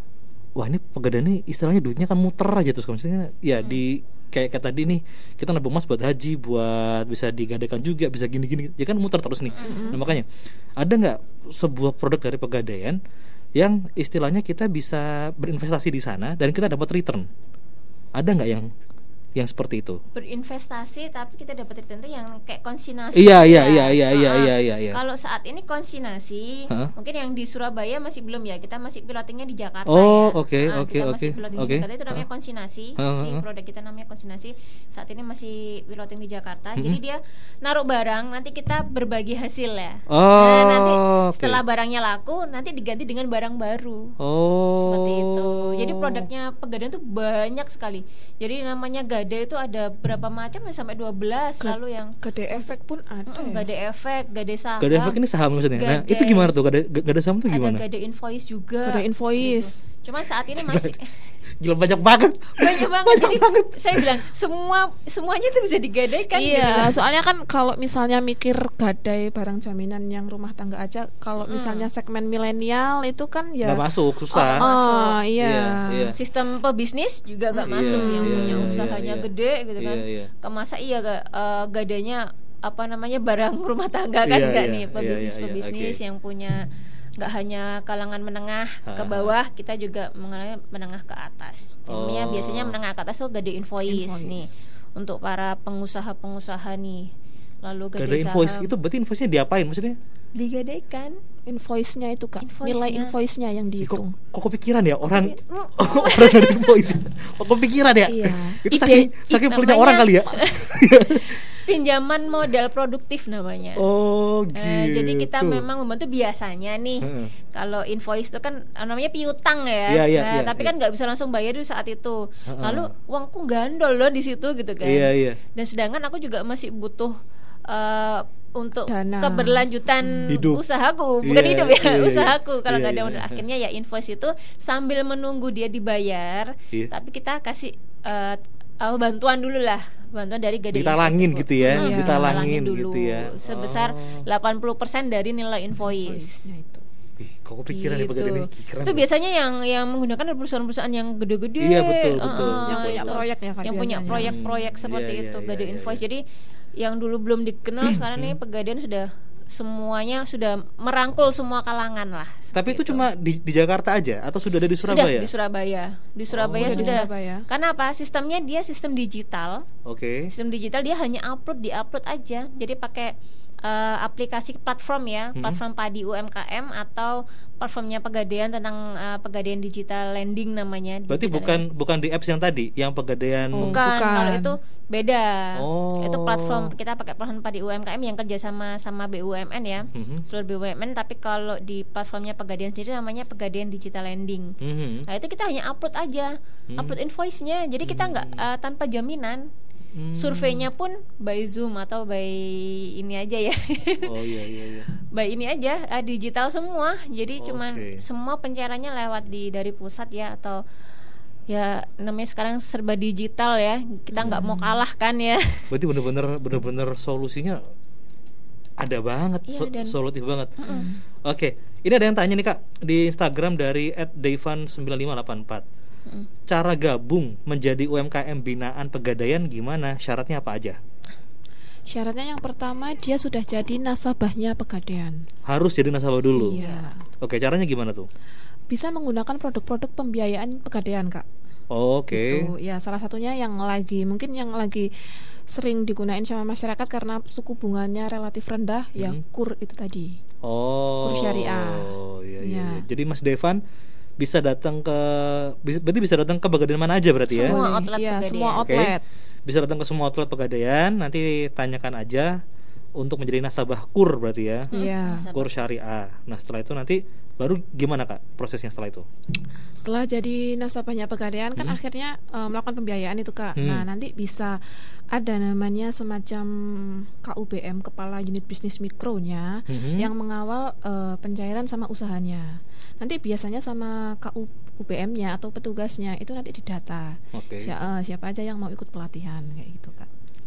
wah ini Pegadaian ini istilahnya duitnya kan muter aja terus, maksudnya ya di kayak kayak tadi nih kita nabung emas buat haji, buat bisa digadaikan juga, bisa gini-gini, ya kan muter terus nih. Nah, makanya ada nggak sebuah produk dari Pegadaian yang istilahnya kita bisa berinvestasi di sana dan kita dapat return? Ada nggak yang yang seperti itu? Berinvestasi tapi kita dapat return itu yang kayak konsinasi. Iya, iya, ya. iya, iya, iya, Ah, iya, iya, iya. Kalau saat ini konsinasi, Hah? mungkin yang di Surabaya masih belum ya. Kita masih pilotingnya di Jakarta Oh, ya. oke, Ah, oke, kita masih oke, piloting oke. di Jakarta, itu namanya Hah? konsinasi. Hah, Si hah, hah. produk kita namanya konsinasi. Saat ini masih piloting di Jakarta. Mm-mm. Jadi dia naruh barang, nanti kita berbagi hasil ya. Oh, Nah, nanti oke. setelah barangnya laku, nanti diganti dengan barang baru. Oh, Seperti itu. Jadi produknya Pegadaian tuh banyak sekali. Jadi namanya Gadai itu ada berapa macam ya, sampai dua belas. Ga- Lalu yang Gede efek pun ada. Mm, ya? Gadai efek, Gadai saham. Gadai efek ini saham maksudnya. Nah, Gadai- itu gimana tuh? Gadai Gadai saham tuh gimana? Ada Gadai invoice juga. Gadai invoice. Gitu. Cuman saat ini masih Gila banyak banget. banyak banget. Jadi saya bilang semua semuanya tuh bisa digadaikan. Iya, gitu. soalnya kan kalau misalnya mikir gadai barang jaminan yang rumah tangga aja, kalau Mm. misalnya segmen milenial itu kan ya Nggak masuk, susah. Oh, Oh, iya. Iya, iya. Sistem pebisnis juga gak Iya, masuk, yang iya, punya iya, usahanya iya. gede gitu kan. Iya, iya. Ke masa iya gak eh, gadainya apa namanya barang rumah tangga kan Iya, enggak iya, nih, iya, pebisnis iya, iya, pebisnis oke. yang punya nggak hanya kalangan menengah ke Ah. bawah, kita juga mengalami menengah ke atas. Namanya Oh. biasanya menengah ke atas tuh Gadai invoice, Invoice. nih untuk para pengusaha-pengusaha nih. Lalu Gadai, Gadai invoice saham itu berarti invoice-nya diapain maksudnya? digadaikan. invoice-nya itu Kak, Invoice-nya. nilai invoice-nya yang Ih, Kok, dihitung. kok kepikiran ya orang orang dari invoice? Kok kepikiran ya? Iya. Itu Ide- saking saking i- pelinnya namanya- orang kali ya. Pinjaman modal produktif namanya. Oh, gitu. Eh, jadi kita memang membantu biasanya nih. Heeh. Kalau invoice itu kan eh, namanya piutang ya. Iya, iya, Nah, iya, tapi iya. kan nggak bisa langsung bayar di saat itu. Heeh. Lalu uangku gandol loh di situ gitu kan. Iya, iya. Dan sedangkan aku juga masih butuh eh, untuk Dana. keberlanjutan Hidup. usahaku, bukan Iya, hidup ya, iya, iya. usahaku. Kalau Iya, nggak ada iya. modal, akhirnya ya invoice itu sambil menunggu dia dibayar, Iya. tapi kita kasih eh, eh, bantuan dulu lah, bantuan dari Gadai Ditalangin Invoice gitu itu. ya, Hmm, ditalangin dulu gitu ya. sebesar Oh. delapan puluh persen dari nilai Invoice-nya invoice. itu. Ih, kok kepikiran ya Gitu. Pegadaian ini? Keren Itu loh. biasanya yang yang menggunakan perusahaan-perusahaan yang gede-gede. Iya, betul, eh, betul. eh, Yang punya itu. proyek ya, Kak, Yang punya biasanya. proyek-proyek Hmm, seperti iya, itu, iya, Gadai iya, Invoice. iya. Jadi yang dulu belum dikenal sekarang nih Pegadaian sudah semuanya sudah merangkul semua kalangan lah. Tapi itu seperti cuma di, di Jakarta aja atau sudah ada di Sudah Surabaya? di Surabaya. Di Surabaya udah di sudah. Surabaya. Karena apa? Sistemnya dia sistem digital. Oke. Sistem digital dia hanya upload di upload aja. Jadi pakai eh, aplikasi platform ya, Hmm. platform Padi U M K M atau platformnya Pegadaian tentang eh, Pegadaian Digital Lending namanya. Berarti Digital bukan bukan di apps yang tadi, yang Pegadaian. Bukan, bukan. kalau itu beda. Oh. Itu platform, kita pakai platform Padi U M K M yang kerja sama sama B U M N ya, Mhm. seluruh B U M N. Tapi kalau di platformnya Pegadaian sendiri namanya Pegadaian Digital Lending. Mhm. Nah itu kita hanya upload aja, Hmm. upload invoice-nya. Jadi kita nggak eh, tanpa jaminan. Hmm. Surveinya pun by Zoom atau by ini aja ya. Oh iya iya iya. By ini aja, eh, digital semua. Jadi Oke. cuman semua pencairannya lewat di dari pusat ya, atau ya namanya sekarang serba digital ya, kita nggak mau kalah kan ya. Berarti bener-bener bener-bener solusinya ada banget, Iya, so- dan- solutif banget. Oke, ini ada yang tanya nih Kak di Instagram dari et deivan sembilan lima delapan empat. Cara gabung menjadi U M K M binaan Pegadaian gimana? Syaratnya apa aja? Syaratnya yang pertama dia sudah jadi nasabahnya Pegadaian. Harus jadi nasabah dulu. Iya. Oke, caranya gimana tuh? Bisa menggunakan produk-produk pembiayaan Pegadaian, Kak. Oke. Itu ya salah satunya yang lagi mungkin yang lagi sering digunain sama masyarakat karena suku bunganya relatif rendah, ya Hmm. kur itu tadi. Oh. Kur syariah. Oh, iya, iya, Iya. iya. Jadi Mas Devan bisa datang ke bisa, berarti bisa datang ke Pegadaian mana aja berarti ya? Semua Boleh. outlet Iya, Pegadaian. semua Oke. outlet. Bisa datang ke semua outlet Pegadaian, nanti tanyakan aja untuk menjadi nasabah kur berarti ya. Iya. Nasabah. Kur syariah. Nah, setelah itu nanti baru gimana Kak prosesnya setelah itu? Setelah jadi nasabahnya Pegadaian kan Hmm. akhirnya eh, melakukan pembiayaan itu, Kak. Hmm. Nah, nanti bisa ada namanya semacam K U B M, kepala unit bisnis mikronya, Mhm. yang mengawal eh, pencairan sama usahanya. Nanti biasanya sama K U B M-nya atau petugasnya itu nanti didata. Oke. Si- eh, siapa aja yang mau ikut pelatihan kayak gitu, Kak.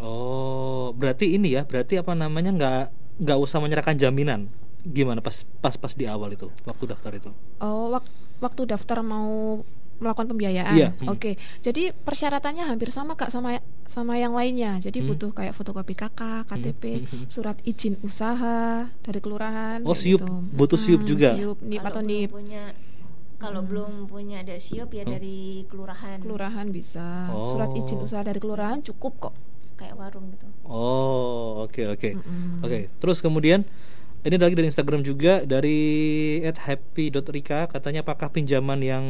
Oh, berarti ini ya, berarti apa namanya nggak nggak usah menyerahkan jaminan. Gimana pas pas pas di awal itu, waktu daftar itu? Oh, wak- waktu daftar mau melakukan pembiayaan. Iya, hmm. Oke. Jadi persyaratannya hampir sama, Kak, sama sama yang lainnya. Jadi Hmm. butuh kayak fotokopi K K, K T P, Hmm, hmm, hmm. surat izin usaha dari kelurahan. Oh, kayak siup. gitu. Butuh siup juga? Siup, nip Kalau atau belum nip. punya kalau belum punya ada siup ya Hmm. dari kelurahan. Kelurahan bisa. Oh. Surat izin usaha dari kelurahan cukup kok. Kayak warung gitu. Oh, oke oke. Mm-mm. Oke, terus kemudian ini lagi dari Instagram juga dari et happy dot rika katanya apakah pinjaman yang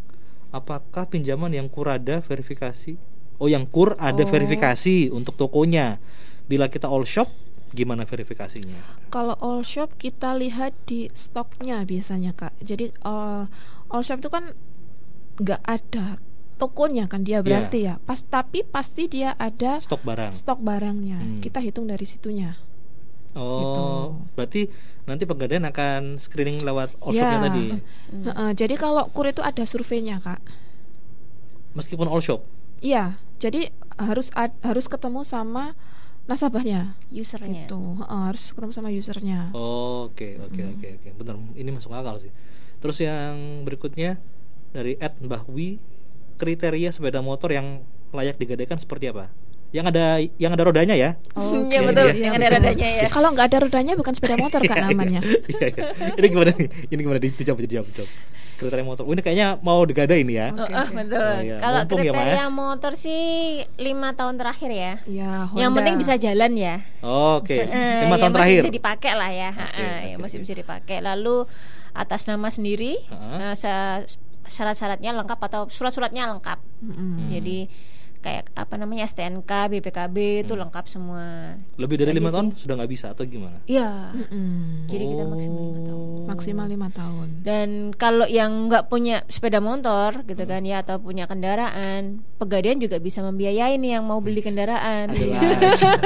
apakah pinjaman yang kur ada verifikasi? Oh, yang kur ada Oh. verifikasi untuk tokonya. Bila kita all shop gimana verifikasinya? Kalau all shop kita lihat di stoknya biasanya, Kak. Jadi all, all shop itu kan nggak ada tokonya kan dia berarti ya. Pas tapi pasti dia ada Stok barang. stok barangnya. Hmm. Kita hitung dari situnya. Oh, Gitu. berarti nanti Pegadaian akan screening lewat all shopnya Ya. tadi. Heeh, jadi kalau kur itu ada surveinya, Kak. Meskipun all shop. Iya, jadi harus ad- harus ketemu sama nasabahnya. Usernya. Itu heeh, harus ketemu sama usernya. Oh, Oke, oke, oke, oke. Benar, ini masuk akal sih. Terus yang berikutnya dari et Mbah Wi, kriteria sepeda motor yang layak digadaikan seperti apa? Yang ada yang ada rodanya ya? Oh, Iya, oke. betul, Iya, yang ada betul. rodanya ya. Kalau nggak ada rodanya bukan sepeda motor, Kak, namanya. Iya, iya. Ini gimana nih? Ini gimana dijawab dijawab dijawab. Kriteria motor. Oh, ini kayaknya mau digadain nih ya. Oh, Oke, ah, oke. betul. Oh, iya. Kalau Mumpung ya, kriteria Mas. motor sih lima tahun terakhir ya. Ya, Yang Honda. penting bisa jalan ya. Oke. Eh, Lima yang tahun masih terakhir. bisa dipakai lah ya. Ha, Oke, ha, oke, yang masih oke. bisa dipakai. Lalu atas nama sendiri, Ha. eh, se- syarat-syaratnya lengkap atau surat-suratnya lengkap. Mm-mm. Jadi kayak apa namanya S T N K, B P K B itu lengkap semua. Lebih dari Aja lima sih. tahun sudah nggak bisa atau gimana? Iya. Mm-mm. Jadi kita maksimal lima tahun. Maksimal lima tahun. Dan kalau yang nggak punya sepeda motor gitu kan ya atau punya kendaraan, Pegadaian juga bisa membiayai nih yang mau beli kendaraan. Ada lagi.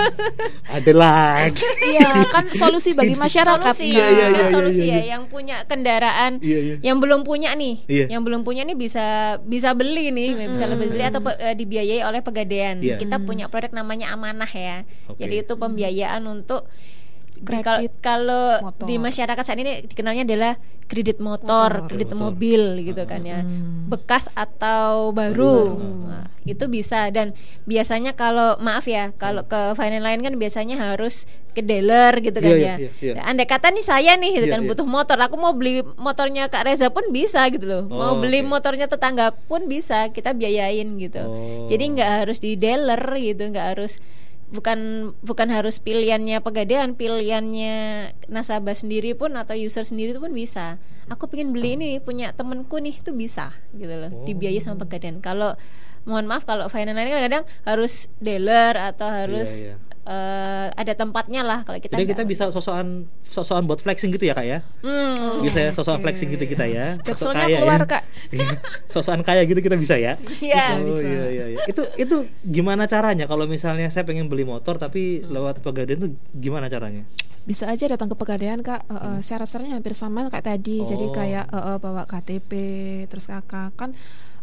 Ada lagi. Iya, kan solusi bagi masyarakat. Solusi, Iya, iya, iya, solusi iya, iya. ya yang punya kendaraan, Iya, iya. yang belum punya nih, Iya. yang belum punya nih bisa bisa beli nih, bisa lebih beli atau pe- eh, dibiayai oleh Pegadaian. Iya. Kita punya produk namanya Amanah ya. Oke. Jadi itu pembiayaan untuk Kredit kalau kalau motor. di masyarakat saat ini dikenalnya adalah kredit motor, Motor. kredit Motor. mobil gitu kan ya, bekas atau baru. Nah, itu bisa dan biasanya kalau maaf ya kalau ke finance line kan biasanya harus ke dealer gitu kan Iya, ya. iya, iya. Nah, andai kata nih saya nih gitu Iya, kan iya. butuh motor, aku mau beli motornya Kak Reza pun bisa gitu loh. Oh, Mau beli oke. motornya tetangga pun bisa, kita biayain gitu. Oh. Jadi nggak harus di dealer gitu, nggak harus bukan bukan harus pilihannya Pegadaian, pilihannya nasabah sendiri pun atau user sendiri itu pun bisa. Aku pengen beli ini punya temenku nih itu bisa gitu loh, Oh. dibiayai sama Pegadaian. Kalau mohon maaf kalau finance line kadang-kadang harus dealer atau harus Iya, iya. eh, ada tempatnya lah kalau kita Jadi kita nggak- bisa sosokan sosokan buat flexing gitu ya Kak ya? Hmm. Bisa ya sosokan flexing gitu kita ya. Sosok Jakselnya kaya keluar, ya. Kak. Iya, sosokan kaya gitu kita bisa ya. Iya, Oh, bisa. iya iya iya. Itu itu gimana caranya kalau misalnya saya pengen beli motor tapi lewat Pegadaian tuh gimana caranya? Bisa aja datang ke Pegadaian, Kak. Eh, eh, syarat-syaratnya hampir sama kayak tadi. Jadi Oh. kayak eh, eh, bawa K T P, terus K K kan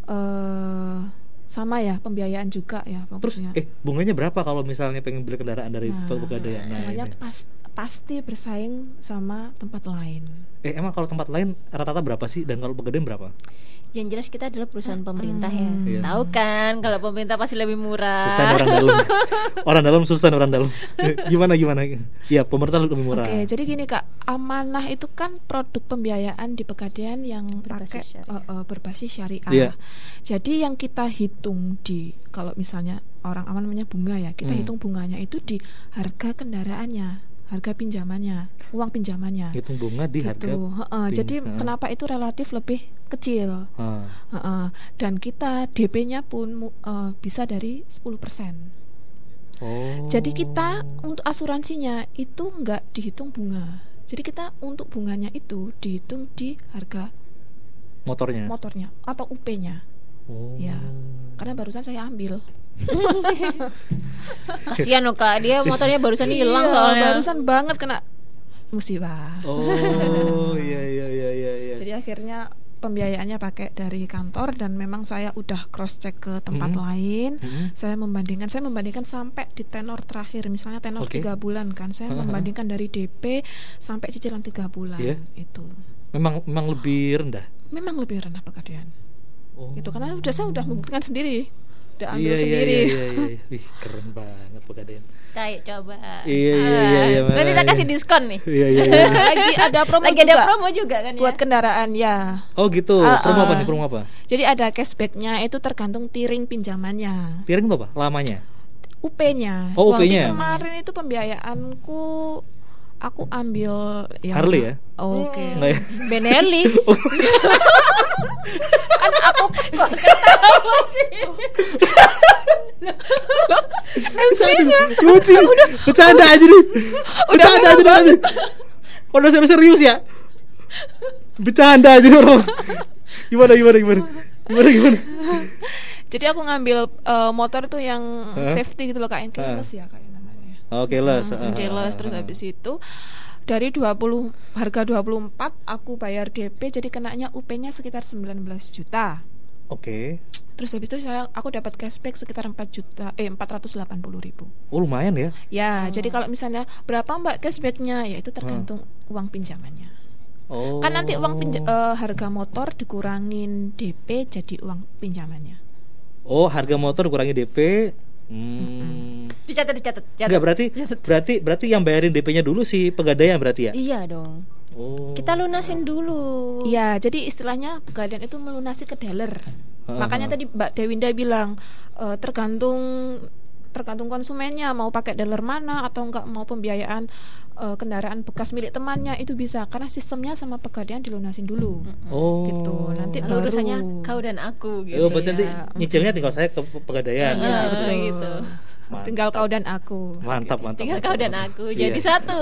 uh, sama ya pembiayaan juga ya Terus fokusnya. eh bunganya berapa kalau misalnya pengen beli kendaraan dari Nah, Pegadaian? Nah, namanya ini. pas, pasti bersaing sama tempat lain. Eh emang kalau tempat lain rata-rata berapa sih dan kalau Pegadaian berapa? Yang jelas kita adalah perusahaan pemerintah ya. Iya. Tahu kan kalau pemerintah pasti lebih murah. Susah nih orang dalam. Orang dalam susah nih orang dalam. Gimana gimana? Ya pemerintah lebih murah. Oke, jadi gini Kak, Amanah itu kan produk pembiayaan di Pegadaian yang pakai Berbasis syariah. uh, uh, berbasis syariah. Iya. Jadi yang kita hitung di kalau misalnya orang aman namanya bunga ya, kita Hmm. hitung bunganya itu di harga kendaraannya, harga pinjamannya, uang pinjamannya. Hitung bunga di harga. Gitu. Heeh, pin- jadi heeh. kenapa itu relatif lebih kecil? Ah. Heeh. Dan kita D P-nya pun mu- uh, bisa dari sepuluh persen. Oh. Jadi kita untuk asuransinya itu nggak dihitung bunga. Jadi kita untuk bunganya itu dihitung di harga motornya. motornya atau U P-nya. Oh. Ya. Karena barusan saya ambil. Kasihan loh Kak, dia motornya barusan hilang Iya, soalnya. barusan banget kena musibah. Oh iya iya iya iya. iya. Jadi akhirnya pembiayaannya pakai dari kantor dan memang saya udah cross check ke tempat Mhm. lain. Mhm. Saya membandingkan, saya membandingkan sampai di tenor terakhir, misalnya tenor Oke. tiga bulan kan, saya Uh-huh. membandingkan dari D P sampai cicilan tiga bulan. Iya. Itu Memang memang lebih rendah. memang lebih rendah Pegadaian. Oh. Itu karena udah saya udah membuktikan sendiri, udah ambil Iya, iya, sendiri. Iya iya iya. Wih keren banget Pegadaian. Kayak coba. Iya, iya, iya, iya, Ah, Nanti kita iya. kasih diskon nih. Iya iya. iya. Lagi ada promo Lagi juga ada promo juga kan buat ya. kendaraan ya. Oh gitu. Ah, Promo apa ah. nih? Promo apa? Jadi ada cashbacknya itu tergantung tiring pinjamannya, Piring itu apa? Lamanya. U P-nya. Oh, Waktu U P-nya. kemarin itu pembiayaanku aku ambil yang Harley ya? Oh, Oke. Enggak ya? Benelli. Kan aku Kok ketawa sih? M C-nya Kucing. Bercanda aja nih. Bercanda aja nih. Udah serius serius ya? Bercanda aja orang. Gimana gimana gimana? Gimana gimana? Jadi aku ngambil eh, motor tuh yang Hah? safety gitu loh Kak, yang keyless ya kayak namanya. Oke lah. Hmm, keyless terus habis itu dari dua puluh harga dua puluh empat aku bayar D P jadi kenanya U P-nya sekitar sembilan belas juta. Oke. Terus habis itu saya aku dapat cashback sekitar empat juta eh empat ratus delapan puluh ribu. Oh lumayan ya. Ya, jadi kalau misalnya berapa Mbak cashbacknya ya itu tergantung uang pinjamannya. Oh. Kan nanti uang pinja- eh, harga motor dikurangin D P jadi uang pinjamannya. Oh harga motor kurangi D P. Hmm. Dicatat dicatat. dicatat. Enggak berarti Dicatat. berarti berarti yang bayarin D P-nya dulu si Pegadaian berarti ya? Iya dong. Oh. Kita lunasin dulu. Iya, jadi istilahnya Pegadaian itu melunasi ke dealer. Ah, Makanya ah. tadi Mbak Dewinda bilang eh, tergantung tergantung konsumennya mau pakai dealer mana atau enggak mau pembiayaan eh, kendaraan bekas milik temannya itu bisa karena sistemnya sama Pegadaian dilunasin dulu. Oh. Gitu. Nanti Lalu baru urusannya kau dan aku gitu. Oh, berarti nanti ya. nyicilnya tinggal saya ke Pegadaian. Iya, Ah, betul. gitu. Mantap. Tinggal kau dan aku. Mantap, mantap. Tinggal mantap, kau dan mantap. aku Iya. jadi satu.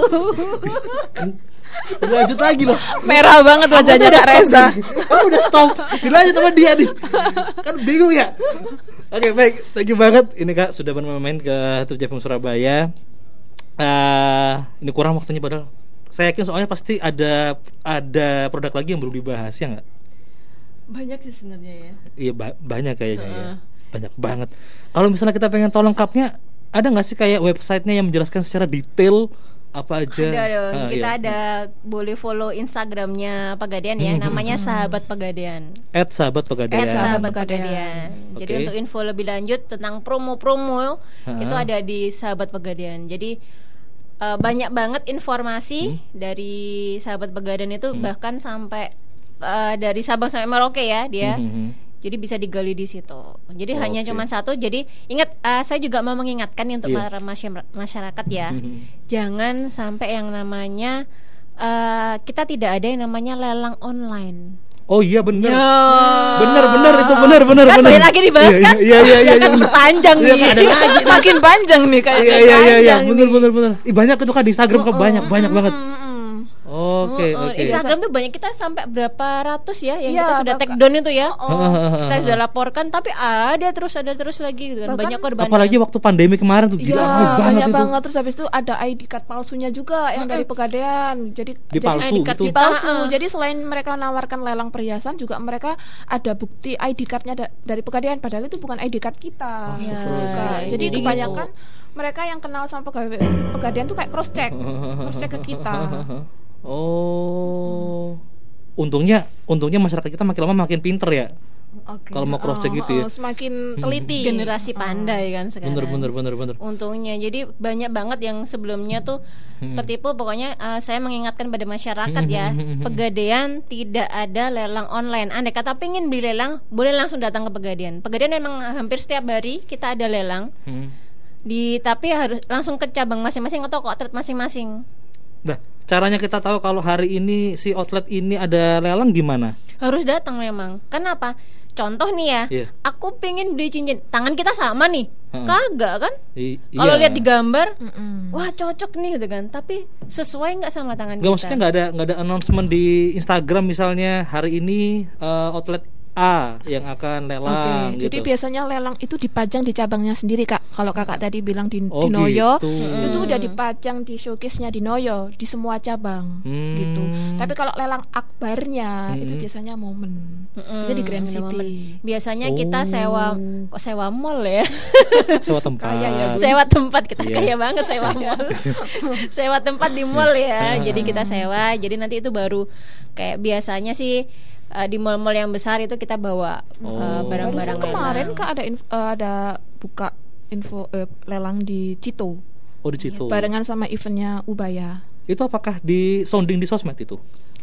Lanjut lagi loh. Merah banget wajahnya Kak Reza. Aku udah stop. Dilanjut sama dia nih. Kan bingung ya. Oke baik, thank you banget. Ini Kak sudah bermain ke Trija F M Surabaya. Eh, ini kurang waktunya padahal. Saya yakin soalnya pasti ada ada produk lagi yang belum dibahas ya nggak? Banyak sih sebenarnya ya. Iya ba- banyak kayaknya ya. Heeh. Banyak banget. Kalau misalnya kita pengen tahu lengkapnya, ada nggak sih kayak websitenya yang menjelaskan secara detail apa aja? Ada dong, Ah, kita iya. ada boleh follow Instagramnya Pegadaian ya, Hmm. namanya Sahabat Pegadaian. At sahabat Pegadaian. Eh, Sahabat Sahabat Pegadaian. Jadi Oke. untuk info lebih lanjut tentang promo-promo Ha-ha. itu ada di Sahabat Pegadaian. Jadi eh, banyak banget informasi dari Sahabat Pegadaian itu bahkan sampai eh, dari Sabang sampai Merauke ya dia. Hmm, hmm, hmm. Jadi bisa digali di situ. Jadi Oh, hanya oke. cuma satu. Jadi ingat, eh, saya juga mau mengingatkan nih untuk Iya. para masy- masyarakat ya, Mhm. jangan sampai yang namanya eh, kita tidak ada yang namanya lelang online. Oh iya benar. Ya. Benar benar itu benar benar Kan benar. boleh lagi dibahas Iya, kan? Iya iya iya. Ya kan benar. panjang Iya, nih. kan, ada lagi. Makin panjang nih Iya kayaknya. iya iya iya panjang benar nih. benar benar. Ih banyak itu kan di Instagram kan banyak banyak banget. Mm-mm. Oke, Oh, oh, oke. Instagram tuh banyak, kita sampai berapa ratus ya yang Iya, kita sudah bahkan- take down itu ya. Oh, Kita sudah laporkan, tapi ada terus ada terus lagi gitu kan. Bahkan- Banyak korbannya. Apalagi waktu pandemi kemarin tuh Iya, gila banget banyak itu. banget. Terus habis itu ada I D card palsunya juga yang dari Pegadaian. Jadi Dipalsu jadi I D card gitu. dipalsu. Heeh. Jadi selain mereka nawarkan lelang perhiasan, juga mereka ada bukti I D cardnya da- dari Pegadaian, padahal itu bukan I D card kita. Ya, Bukan. ya, Jadi jadi kebanyakan mereka yang kenal sama pegawai Pegadaian tuh kayak cross check, cross check ke kita. Oh. Untungnya untungnya masyarakat kita makin lama makin pinter ya. Oke. Kalau mau cross check Oh, gitu ya. oh, semakin teliti. generasi pandai kan sekarang. Bener bener bener bener. Untungnya, jadi banyak banget yang sebelumnya tuh ketipu. Pokoknya eh, saya mengingatkan pada masyarakat ya, Pegadaian tidak ada lelang online. Andai kata pengen beli lelang, boleh langsung datang ke Pegadaian. Pegadaian memang hampir setiap hari kita ada lelang. Hmm. Di tapi harus langsung ke cabang masing-masing atau ke outlet masing-masing. Nah, caranya kita tahu kalau hari ini si outlet ini ada lelang gimana? Harus datang memang. Kenapa? Contoh nih ya, Iya. aku pengen beli cincin, tangan kita sama nih, Heeh. kagak kan? I- Kalau iya. lihat di gambar, Mm-mm. wah cocok nih gitu kan. Tapi sesuai nggak sama tangan Nggak, kita? maksudnya nggak ada nggak ada announcement di Instagram misalnya hari ini eh, outlet A yang akan Oke, lelang gitu. jadi biasanya lelang itu dipajang di cabangnya sendiri, Kak. Kalau Kakak tadi bilang di, Oh, di Noyo, gitu. itu udah dipajang di showcase-nya di Noyo di semua cabang Hmm. gitu. Tapi kalau lelang akbarnya itu Hmm. biasanya momen. Mm-mm, Jadi di Grand ada momen. City. Biasanya kita Oh. sewa, kok sewa mall ya? Sewa tempat. Kaya ya, Bu. Sewa tempat, kita Iya. kaya banget sewa mall. Sewa tempat di mall ya. Jadi kita sewa. Jadi nanti itu baru kayak biasanya sih eh, di mall-mall yang besar itu kita bawa eh, Oh. barang-barang Barusan kemarin lelang. Kak ada inf- eh, ada buka info eh, lelang di Cito Oh, di situ. barengan sama eventnya Ubaya. Itu apakah di sounding di sosmed itu?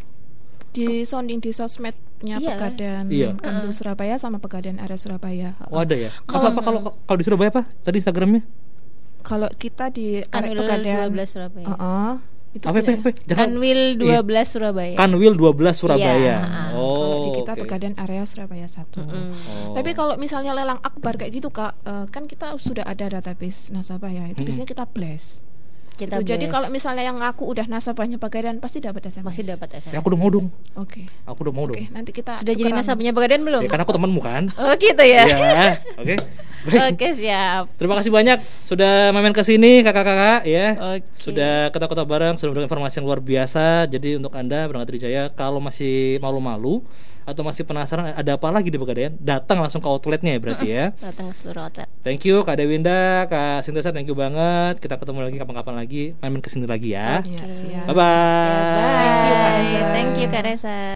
Di sounding di sosmednya Iya. Pegadaian Iya. Kanwil Surabaya sama Pegadaian area Surabaya. Oh, ada ya. Apa apa kalau kalau di Surabaya apa? Tadi Instagramnya? Kalau kita di area Kanwil Pegadaian dua belas Surabaya. Heeh. Itu Apa apa? punya- apa? Jangan. Kanwil dua belas Surabaya. Kanwil dua belas Surabaya. Iya. Oh. Kalau di kita oke. Pegadaian area Surabaya satu. Mm. Oh. Tapi kalau misalnya lelang akbar kayak gitu Kak, eh, kan kita sudah ada database nasabah ya. Itu Mm-mm. biasanya kita blast. Kita Gitu. Jadi blast. kalau misalnya yang ngaku udah nasabahnya Pegadaian pasti dapat S M S. masih dapat S M S. Ya, aku udah mau dong. Oke. Aku udah mau Oke, dong. nanti kita Sudah jadi tukeran. nasabahnya Pegadaian belum? Ya, karena aku temanmu kan. Oh gitu ya. Iya. Oke. Baik. Oke siap. Terima kasih banyak sudah main ke sini kakak-kakak ya. Oke. Sudah kota-kota bareng, sudah memberikan informasi yang luar biasa. Jadi untuk Anda berangkat Trijaya kalau masih malu-malu atau masih penasaran ada apa lagi di Pegadaian, datang langsung ke outletnya ya berarti ya. Datang ke seluruh outlet. Thank you Kak Dewinda, Kak Sintesa, thank you banget. Kita ketemu lagi kapan-kapan lagi, main-main ke sini lagi ya. Ya, siap. Bye bye. Ya, bye. Thank you, Kak Reza. Thank you Kak Reza.